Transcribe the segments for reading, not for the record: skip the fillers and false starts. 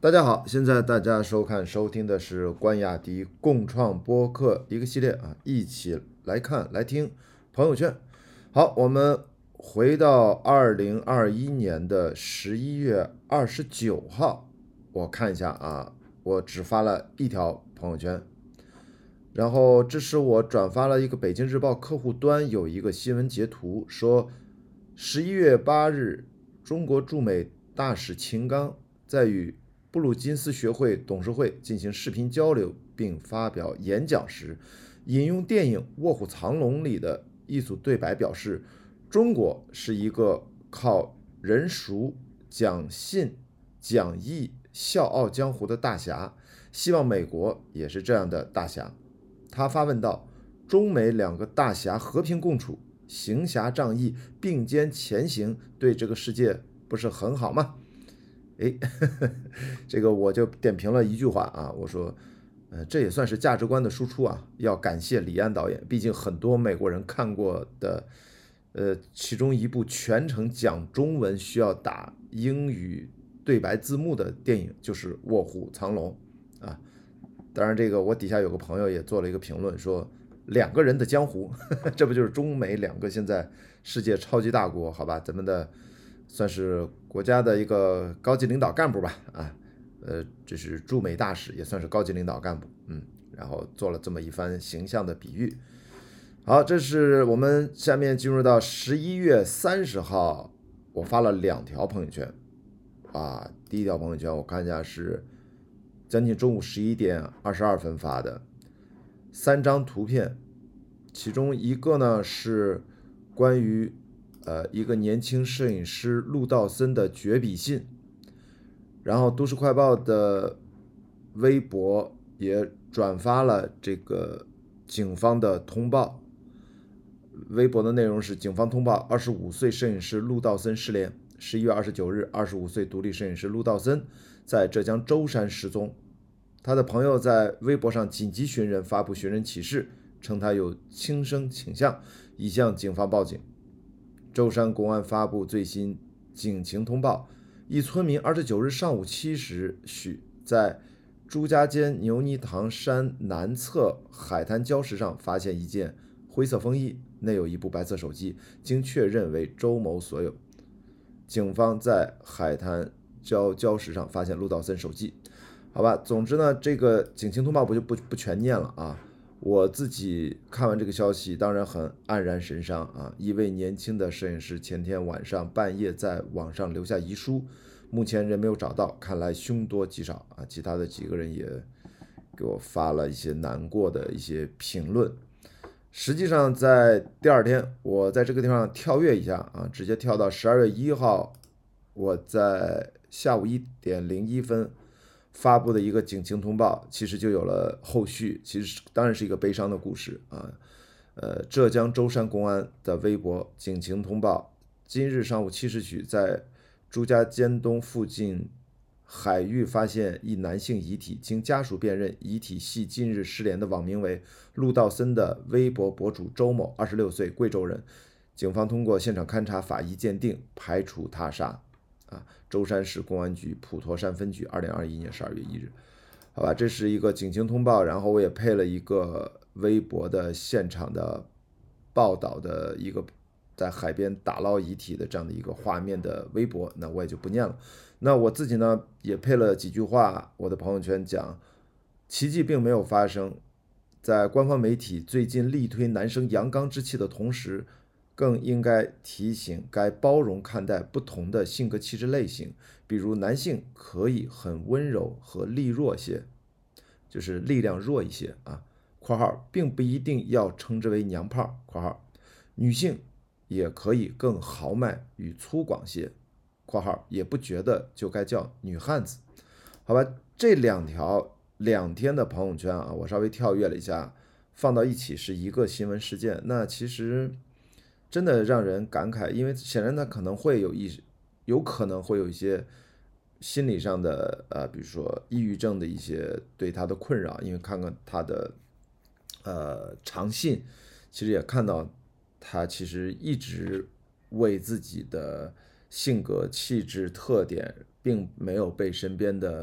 大家好，现在大家收听的是关雅迪共创播客一个系列啊，一起来看来听朋友圈。好，我们回到2021年的11月29号，我看一下啊，我只发了一条朋友圈，然后这是我转发了一个北京日报客户端有一个新闻截图，说11月8日，中国驻美大使秦刚在与布鲁金斯学会董事会进行视频交流并发表演讲时，引用电影《卧虎藏龙》里的一组对白，表示中国是一个靠仁熟、讲信、讲义、笑傲江湖的大侠，希望美国也是这样的大侠。他发问道：中美两个大侠和平共处，行侠仗义，并肩前行，对这个世界不是很好吗？诶，这个我就点评了一句话啊，我说，这也算是价值观的输出啊，要感谢李安导演，毕竟很多美国人看过的，其中一部全程讲中文需要打英语对白字幕的电影就是《卧虎藏龙》啊。当然，这个我底下有个朋友也做了一个评论，说两个人的江湖，这不就是中美两个现在世界超级大国？好吧，咱们的算是国家的一个高级领导干部吧，啊，这是驻美大使，也算是高级领导干部，然后做了这么一番形象的比喻。好，这是我们下面进入到11月30号，我发了两条朋友圈啊，第一条朋友圈我看一下是将近中午11点22分发的，三张图片，其中一个呢是关于一个年轻摄影师陆道森的绝笔信，然后都市快报的微博也转发了这个警方的通报，微博的内容是警方通报25岁摄影师陆道森失联。11月29日，25岁独立摄影师陆道森在浙江舟山失踪，他的朋友在微博上紧急寻人，发布寻人启事，称他有轻生倾向，已向警方报警。舟山公安发布最新警情通报，一村民29日上午7时许在朱家尖牛泥塘山南侧海滩礁石上发现一件灰色风衣，内有一部白色手机，经确认为周某所有。警方在海滩礁石上发现陆道森手机。好吧，总之呢，这个警情通报不全念了啊。我自己看完这个消息，当然很黯然神伤啊！一位年轻的摄影师前天晚上半夜在网上留下遗书，目前人没有找到，看来凶多吉少啊！其他的几个人也给我发了一些难过的一些评论。实际上，在第二天，我在这个地方跳跃一下啊，直接跳到12月1号，我在下午1点01分发布的一个警情通报，其实就有了后续，其实当然是一个悲伤的故事啊。浙江舟山公安的微博警情通报：今日上午7时许，在朱家尖东附近海域发现一男性遗体，经家属辨认，遗体系近日失联的网名为陆道森的微博博主周某，26岁，贵州人。警方通过现场勘查、法医鉴定，排除他杀。舟山市公安局普陀山分局2021年12月1日，好吧，这是一个警情通报，然后我也配了一个微博的现场的报道的一个在海边打捞遗体的这样的一个画面的微博，那我也就不念了。那我自己呢也配了几句话，我的朋友圈讲，奇迹并没有发生，在官方媒体最近力推男生阳刚之气的同时，更应该提醒该包容看待不同的性格气质类型，比如男性可以很温柔和力弱些，就是力量弱一些啊。括号并不一定要称之为娘炮。括号女性也可以更豪迈与粗犷些。括号也不觉得就该叫女汉子。好吧，这2天的朋友圈啊，我稍微跳跃了一下，放到一起是一个新闻事件。那其实真的让人感慨，因为显然他有可能会有一些心理上的比如说抑郁症的一些对他的困扰，因为看看他的长信，其实也看到他其实一直为自己的性格、气质特点，并没有被身边的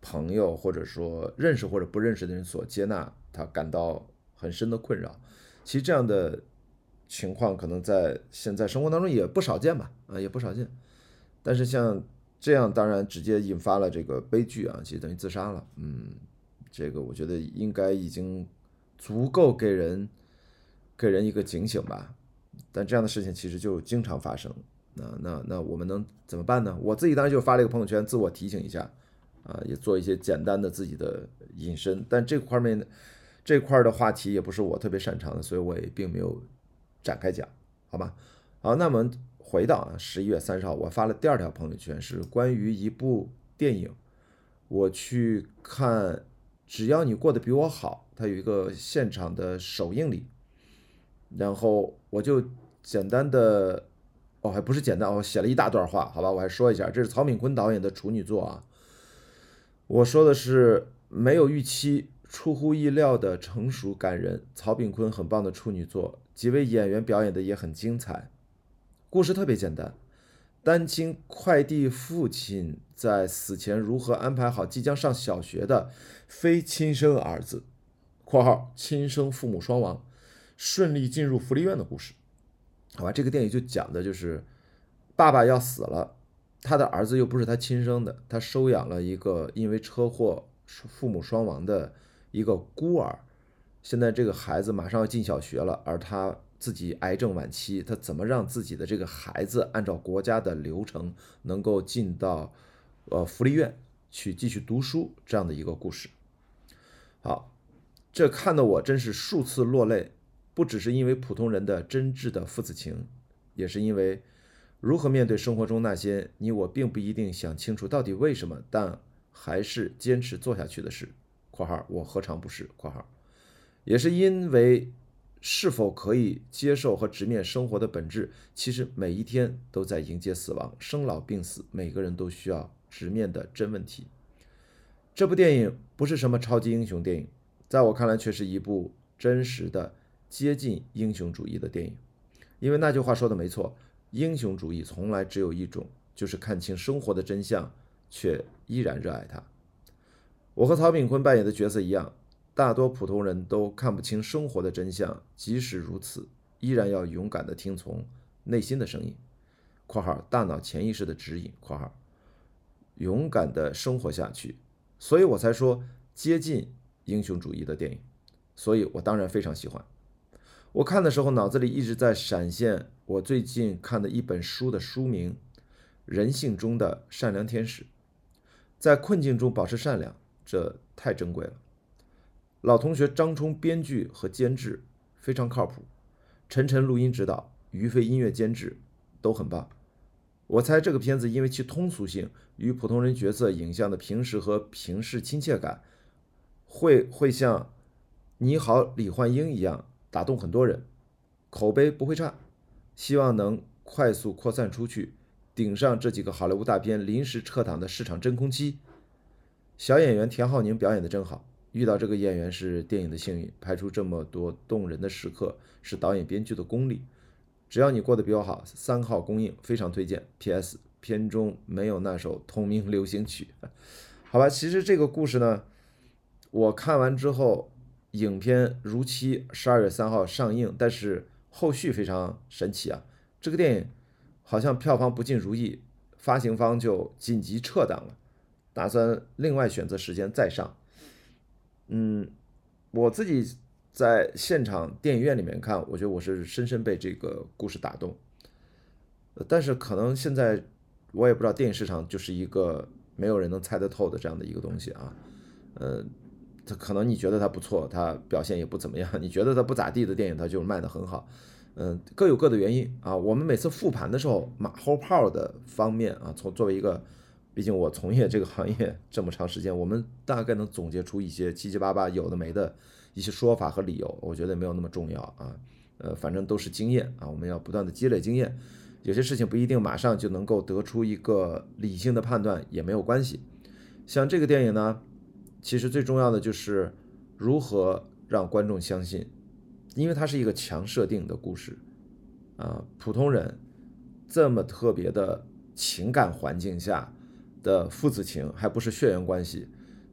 朋友或者说认识或者不认识的人所接纳，他感到很深的困扰。其实这样的情况可能在现在生活当中也不少见吧，也不少见。但是像这样，当然直接引发了这个悲剧啊，其实等于自杀了。这个我觉得应该已经足够给人一个警醒吧。但这样的事情其实就经常发生。那我们能怎么办呢？我自己当然就发了一个朋友圈，自我提醒一下，也做一些简单的自己的引申。但这块的话题也不是我特别擅长的，所以我也并没有展开讲，好吧？好，那我们回到11月30号，我发了第二条朋友圈，是关于一部电影，我去看《只要你过得比我好》，它有一个现场的首映礼，然后我就简单的，还不是简单，我写了一大段话，好吧，我还说一下，这是曹炳坤导演的处女作啊。我说的是没有预期、出乎意料的成熟感人，曹炳坤很棒的处女作，几位演员表演的也很精彩。故事特别简单，单亲快递父亲在死前如何安排好即将上小学的非亲生儿子（括号亲生父母双亡）顺利进入福利院的故事。好吧，这个电影就讲的就是爸爸要死了，他的儿子又不是他亲生的，他收养了一个因为车祸父母双亡的一个孤儿。现在这个孩子马上要进小学了，而他自己癌症晚期，他怎么让自己的这个孩子按照国家的流程能够进到福利院去继续读书这样的一个故事。好，这看得我真是数次落泪，不只是因为普通人的真挚的父子情，也是因为如何面对生活中那些你我并不一定想清楚到底为什么，但还是坚持做下去的事（括号我何尝不是）（括号）也是因为是否可以接受和直面生活的本质，其实每一天都在迎接死亡，生老病死，每个人都需要直面的真问题。这部电影不是什么超级英雄电影，在我看来却是一部真实的接近英雄主义的电影。因为那句话说的没错，英雄主义从来只有一种，就是看清生活的真相，却依然热爱它。我和曹炳坤扮演的角色一样，大多普通人都看不清生活的真相，即使如此，依然要勇敢地听从内心的声音（括号大脑潜意识的指引）（括号勇敢地生活下去）。所以我才说接近英雄主义的电影，所以我当然非常喜欢。我看的时候脑子里一直在闪现我最近看的一本书的书名《人性中的善良天使》。在困境中保持善良，这太珍贵了。老同学张冲编剧和监制非常靠谱，陈晨录音指导，于飞音乐监制都很棒。我猜这个片子因为其通俗性与普通人角色影像的平实和平视亲切感，会像你好李焕英一样打动很多人，口碑不会差，希望能快速扩散出去，顶上这几个好莱坞大片临时撤档的市场真空期。小演员田浩宁表演的真好，遇到这个演员是电影的幸运，拍出这么多动人的时刻是导演编剧的功力。只要你过得比我好，3号公映，非常推荐。PS 片中没有那首同名流行曲。好吧，其实这个故事呢，我看完之后，影片如期12月3号上映，但是后续非常神奇啊，这个电影好像票房不尽如意，发行方就紧急撤档了，打算另外选择时间再上。我自己在现场电影院里面看，我觉得我是深深被这个故事打动。但是可能现在我也不知道，电影市场就是一个没有人能猜得透的这样的一个东西啊。它可能你觉得它不错，它表现也不怎么样；你觉得它不咋地的电影，它就卖得很好。各有各的原因啊。我们每次复盘的时候，马后炮的方面啊，作为一个，毕竟我从业这个行业这么长时间，我们大概能总结出一些七七八八有的没的一些说法和理由，我觉得没有那么重要啊。反正都是经验啊，我们要不断的积累经验。有些事情不一定马上就能够得出一个理性的判断，也没有关系。像这个电影呢，其实最重要的就是如何让观众相信，因为它是一个强设定的故事啊，普通人这么特别的情感环境下的父子情，还不是血缘关系，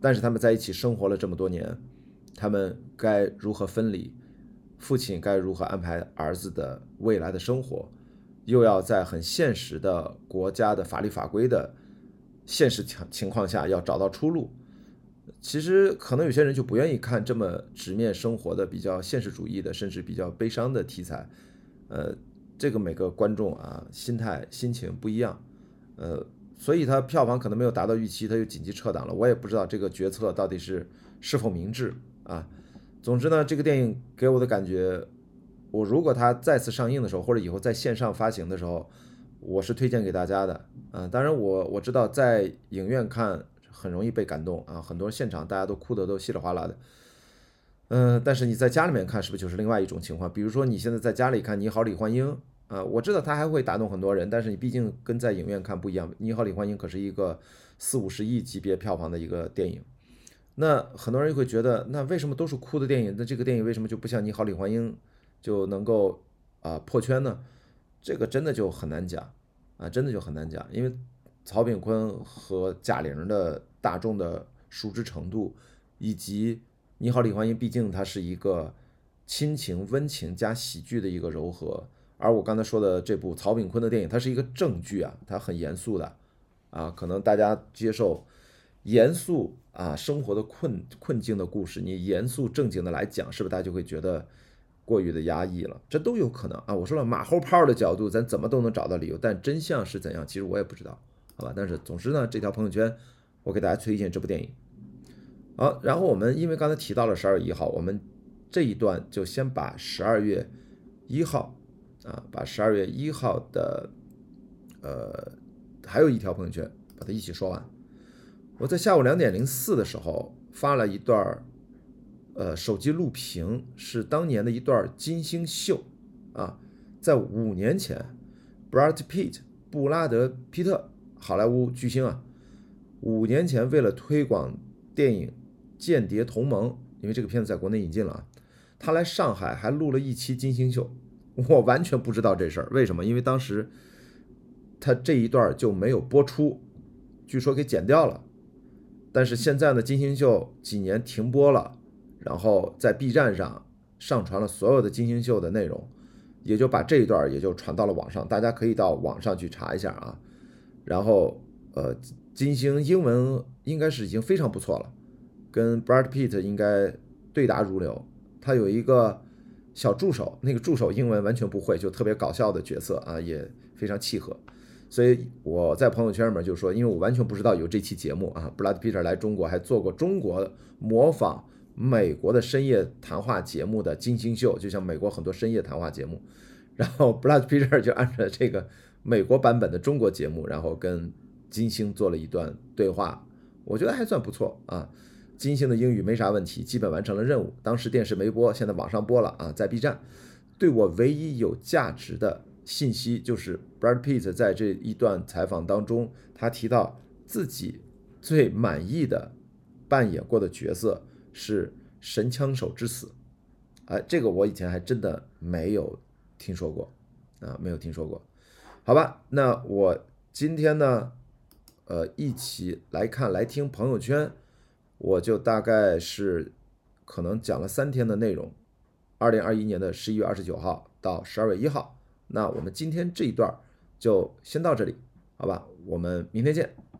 但是他们在一起生活了这么多年，他们该如何分离？父亲该如何安排儿子的未来的生活？又要在很现实的国家的法律法规的现实情况下要找到出路。其实可能有些人就不愿意看这么直面生活的比较现实主义的，甚至比较悲伤的题材。这个每个观众啊，心态心情不一样。所以他票房可能没有达到预期，他就紧急撤档了。我也不知道这个决策到底是否明智啊。总之呢，这个电影给我的感觉，我如果它再次上映的时候，或者以后在线上发行的时候，我是推荐给大家的。当然我知道在影院看很容易被感动啊，很多现场大家都哭得都稀里哗啦的。但是你在家里面看是不是就是另外一种情况？比如说你现在在家里看《你好，李焕英》啊，我知道它还会打动很多人，但是你毕竟跟在影院看不一样，《你好，李焕英》可是一个40-50亿级别票房的一个电影。那很多人会觉得，那为什么都是哭的电影？那这个电影为什么就不像《你好，李焕英》就能够破圈呢？这个真的就很难讲啊，真的就很难讲，因为曹炳坤和贾玲的大众的熟知程度，以及《你好，李焕英》毕竟它是一个亲情、温情加喜剧的一个糅合，而我刚才说的这部曹炳坤的电影，它是一个正剧啊，它很严肃的啊，可能大家接受严肃啊生活的困境的故事，你严肃正经的来讲，是不是大家就会觉得过于的压抑了？这都有可能啊。我说了，马后炮的角度，咱怎么都能找到理由，但真相是怎样，其实我也不知道，好吧？但是总之呢，这条朋友圈我给大家推荐这部电影。好，然后我们因为刚才提到了12月1号，我们这一段就先把12月1号把12月1号的还有一条朋友圈把它一起说完。我在下午2:04的时候发了一段手机录屏，是当年的一段金星秀啊，在5年前 Brad Pitt 布拉德皮特好莱坞巨星啊，5年前为了推广电影《间谍同盟》，因为这个片子在国内引进了，他来上海还录了一期金星秀。我完全不知道这事儿，为什么？因为当时他这一段就没有播出，据说给剪掉了。但是现在呢，金星秀几年停播了，然后在 B 站上上传了所有的金星秀的内容，也就把这一段也就传到了网上，大家可以到网上去查一下啊。然后金星英文应该是已经非常不错了，跟 Brad Pitt 应该对答如流。他有一个小助手，那个助手英文完全不会，就特别搞笑的角色啊，也非常契合。所以我在朋友圈里面就说，因为我完全不知道有这期节目啊，Brad Pitt 来中国还做过中国模仿美国的深夜谈话节目的金星秀，就像美国很多深夜谈话节目，然后 Brad Pitt 就按照这个美国版本的中国节目，然后跟金星做了一段对话，我觉得还算不错啊。金星的英语没啥问题，基本完成了任务。当时电视没播，现在网上播了啊，在 B 站。对我唯一有价值的信息就是 Brad Pitt 在这一段采访当中，他提到自己最满意的扮演过的角色是神枪手之死。这个我以前还真的没有听说过啊，没有听说过。好吧，那我今天呢，一起来看来听朋友圈。我就大概是可能讲了3天的内容，2021年的11月29号到12月1号。那我们今天这一段就先到这里，好吧？我们明天见。